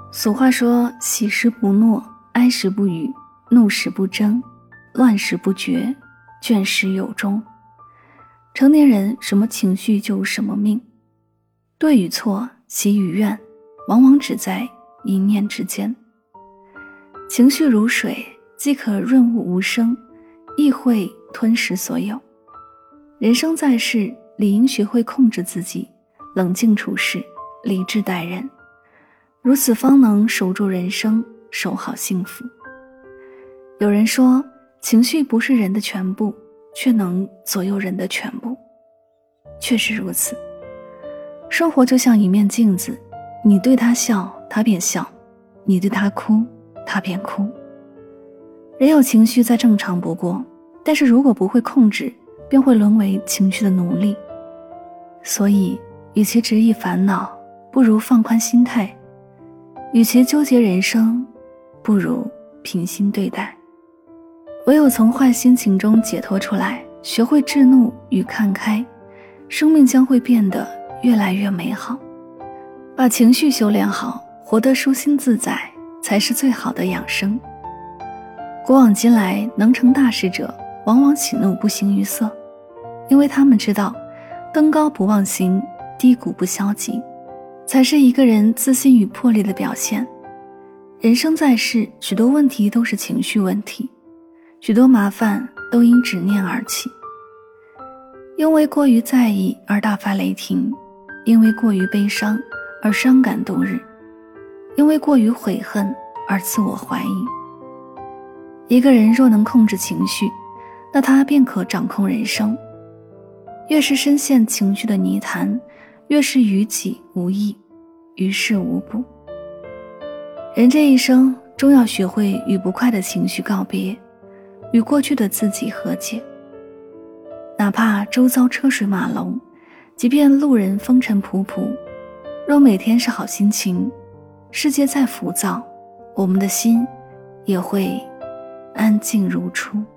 俗话说，喜时不诺，哀时不语，怒时不争，乱时不绝，倦时有终。成年人什么情绪就什么命，对与错，喜与怨，往往只在一念之间。情绪如水，既可润物无声，亦会吞噬所有。人生在世，理应学会控制自己，冷静处事，理智待人，如此方能守住人生，守好幸福。有人说，情绪不是人的全部，却能左右人的全部。确实如此，生活就像一面镜子，你对他笑，他便笑；你对他哭，他便哭。人有情绪再正常不过，但是如果不会控制，便会沦为情绪的奴隶。所以，与其执意烦恼，不如放宽心态；与其纠结人生，不如平心对待。唯有从坏心情中解脱出来，学会制怒与看开，生命将会变得越来越美好。把情绪修炼好，活得舒心自在，才是最好的养生。古往今来，能成大事者往往喜怒不形于色，因为他们知道登高不忘形，低谷不消极，才是一个人自信与魄力的表现。人生在世，许多问题都是情绪问题，许多麻烦都因执念而起。因为过于在意而大发雷霆，因为过于悲伤而伤感度日，因为过于悔恨而自我怀疑。一个人若能控制情绪，那他便可掌控人生。越是深陷情绪的泥潭，越是于己无益，于事无补。人这一生终要学会与不快的情绪告别，与过去的自己和解。哪怕周遭车水马龙，即便路人风尘仆仆，若每天是好心情，世界再浮躁，我们的心也会安静如初。